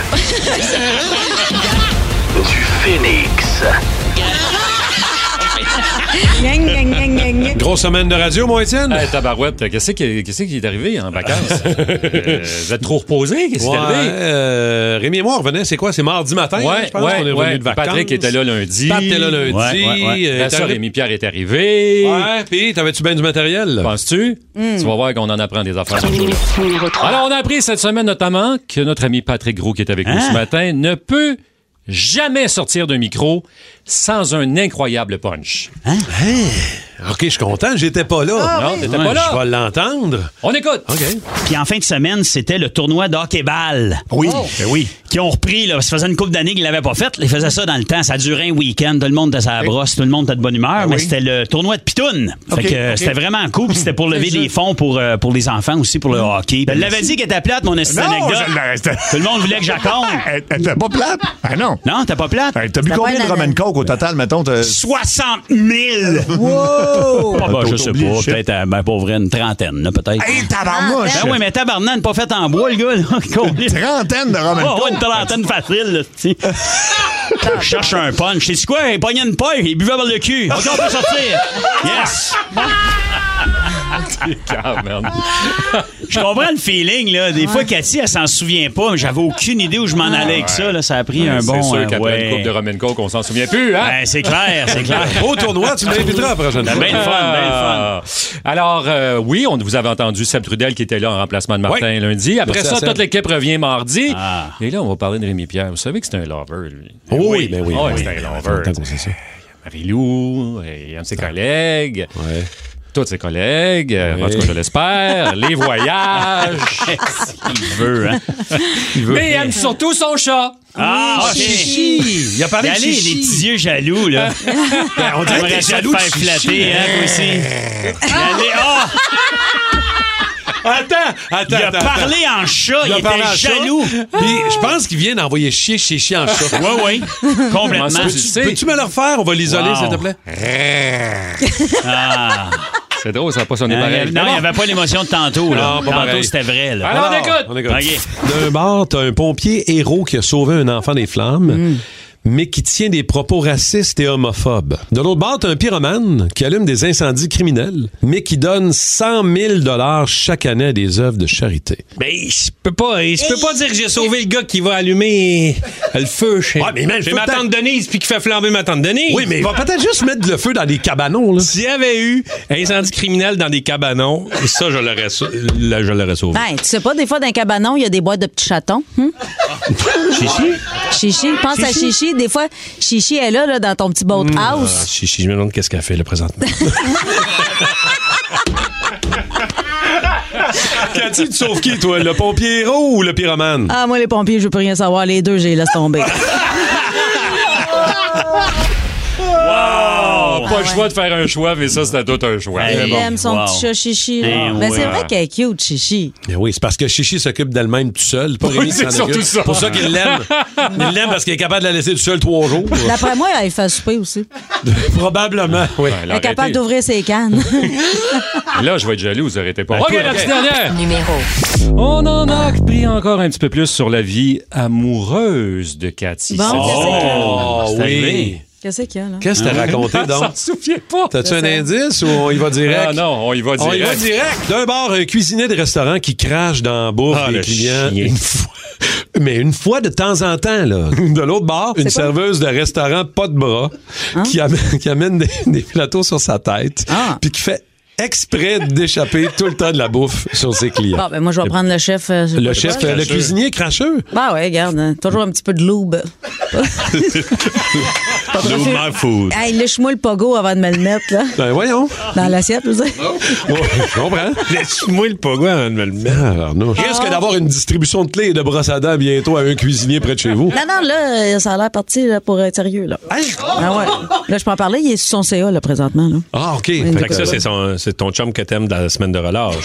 Du Phoenix. Grosse semaine de radio, moi, Étienne? Hey, tabarouette, qu'est-ce qui est arrivé en vacances? Vous êtes trop reposés? Qu'est-ce qui est arrivé? Rémi et moi, on revenait, c'est quoi? C'est mardi matin, je pense qu'on est revenu de vacances. Patrick était là lundi. Pat était là lundi. Après ça, Rémi-Pierre est arrivé. Ouais, puis t'avais-tu bien du matériel? Penses-tu? Tu vas voir qu'on en apprend des affaires. Numéro 3. Alors, on a appris cette semaine notamment que notre ami Patrick Gros, qui est avec nous ce matin, ne peut jamais sortir d'un micro sans un incroyable punch. OK, je suis content, j'étais pas là. Non, t'étais pas là. Je vais l'entendre. On écoute. OK. Puis en fin de semaine, c'était le tournoi d'hockey-ball. Oui. Ben oui. Qui ont repris, là. Ça faisait une couple d'années qu'ils l'avaient pas fait. Ils faisaient ça dans le temps. Ça durait un week-end. Tout le monde était à la brosse. Tout le monde était de bonne humeur. Mais c'était le tournoi de pitoune. Fait que c'était vraiment cool. Puis c'était pour lever des fonds pour les enfants aussi, pour le hockey. Elle l'avait dit qu'elle était plate, mon anecdote. Tout le monde voulait que j'accorde. Elle était pas plate? Ah non. Non, t'es pas plate. T'as bu combien de rum and coke au total, mettons? 60 000! Wow! Je sais pas, peut-être, pour vrai, une trentaine, là, peut-être. Hey, tabarnouche! Ben oui, mais tabarnak, pas fait en bois, le gars, là. Trentaine de rum and coke? Oh, une trentaine facile, là, tu sais. Je cherche un punch. C'est quoi? Il pognait une paille, il buvait par le cul. OK, on peut sortir. Yes! Je comprends le feeling, là. Des fois, Cathy, elle s'en souvient pas, mais j'avais aucune idée où je m'en allais avec ça, là. Ça a pris un bon... C'est sûr qu'après une coupe de rum and coke, on s'en souvient plus, hein? Ben, c'est clair, c'est clair. Au tournoi, tu m'inviteras la prochaine fois. Bien le fun. Alors, oui, vous avez entendu Seb Trudel qui était là en remplacement de Martin lundi. Après Merci ça, à Seb. toute l'équipe revient mardi. Ah. Et là, on va parler de Rémi-Pierre. Vous savez que c'est un lover, lui. Oui, ben oui. Ah, oui. c'est un lover. Tant qu'on sait ça. Marie-Lou, il aime ses collègues. Ouais. Tous ses collègues, en tout cas, je l'espère, les voyages. Il veut, hein? Mais il aime surtout son chat. Ah, Chichi. Il a parlé de Allez, Chichi. les petits yeux jaloux, là. On dirait que J'aimerais t'es ça te jaloux de faire Chichi. flatter, hein, toi aussi. Allez, Attends. il a parlé en chat, il parlé en était chat. jaloux. Puis je pense qu'il vient d'envoyer chier Chichi en chat. Oui, complètement. Comment ça, tu sais? Peux-tu me le refaire? On va l'isoler, Wow. s'il te plaît. Ah. C'est drôle, ça n'a pas sonné pareil. Non, il n'y avait pas l'émotion de tantôt, là. Non, pas Tantôt, pareil. c'était vrai, là. Alors, on écoute. OK. D'un bord, t'as un pompier héros qui a sauvé un enfant des flammes, mais qui tient des propos racistes et homophobes. De l'autre bord, t'as un pyromane qui allume des incendies criminels, mais qui donne 100 000 $ chaque année à des œuvres de charité. Ben, il se peut pas dire que j'ai sauvé le gars qui va allumer le feu chez, Ouais, mais man, chez faut ma peut-être- tante Denise puis qui fait flamber ma tante Denise. Oui, mais il va peut-être juste mettre le feu dans des cabanons, là. S'il y avait eu un incendie criminel dans des cabanons, ça, je l'aurais sauvé. Ben, tu sais pas, des fois, dans un cabanon, il y a des boîtes de petits chatons. Chichi. Pense à Chichi. Des fois, Chichi est là, dans ton petit boat house. Chichi, je me demande qu'est-ce qu'elle fait, là, présentement. Cathy, tu sauves qui, toi? Le pompier héros ou le pyromane? Ah, moi, les pompiers, je veux plus rien savoir. Les deux, je les laisse tomber. Pas le choix de faire un choix, mais ça, c'était tout un choix. Hey. Il aime son Wow. petit chat Chichi. Là. Eh Ben, oui. c'est vrai qu'elle est cute, Chichi. Mais oui, c'est parce que Chichi s'occupe d'elle-même tout seul. Pas Rémi qui c'est s'en surtout occupe. ça. C'est pour ça qu'il l'aime. Il l'aime parce qu'il est capable de la laisser tout seul 3 jours. D'après moi, elle fait souper aussi. Probablement, oui. Ouais, Elle est capable d'ouvrir ses cannes. Là, je vais être jaloux, vous arrêtez pas. OK, la petite dernière. Numéro. On en a appris encore un petit peu plus sur la vie amoureuse de Cathy. Bon, Oh, C'est arrivé. oui. Qu'est-ce qu'il y a, là? Qu'est-ce que t'as raconté, Je m'en donc? souviens pas. T'as-tu un indice ou on y va direct? Ah non, on y va On y va direct. direct. D'un bord, un cuisinier de restaurant qui crache dans la bouffe Ah, des le clients chien. une fois de temps en temps, là. De l'autre bord, une serveuse de restaurant pas de bras qui amène des plateaux sur sa tête puis qui fait exprès d'échapper tout le temps de la bouffe sur ses clients. Bon, ben moi, je vais prendre le chef. Le chef, le cuisinier cracheux. Ben ouais, regarde, hein, toujours un petit peu de lube. Lube my food. Hey, lèche-moi le pogo avant de me le mettre, là. Ben voyons. Dans l'assiette, je veux dire. Oh, je comprends. Laisse-moi le pogo avant de me le mettre. Ah, non. Risque d'avoir une distribution de clés et de brosses à dents bientôt à un cuisinier près de chez vous. Non, là, ça a l'air parti là, pour être sérieux, là. Ah ouais. Là, je peux en parler, il est sur son CA, là, présentement, là. Ah, OK. Fait que ça, c'est ton chum que t'aimes dans la semaine de relâche.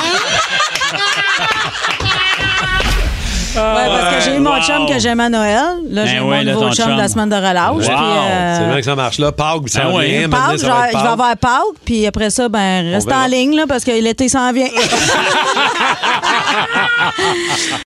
Ouais, parce que j'ai eu mon chum que j'aime à Noël. Là, j'ai mon nouveau chum de la semaine de relâche. Wow. Puis, C'est vrai que ça marche là. Pâques, ça Ah ouais. vient. Pâques, Maintenant, ça va être il va y Pâques. avoir Pâques, puis après ça, ben, reste verra. en ligne, là, parce que l'été s'en vient.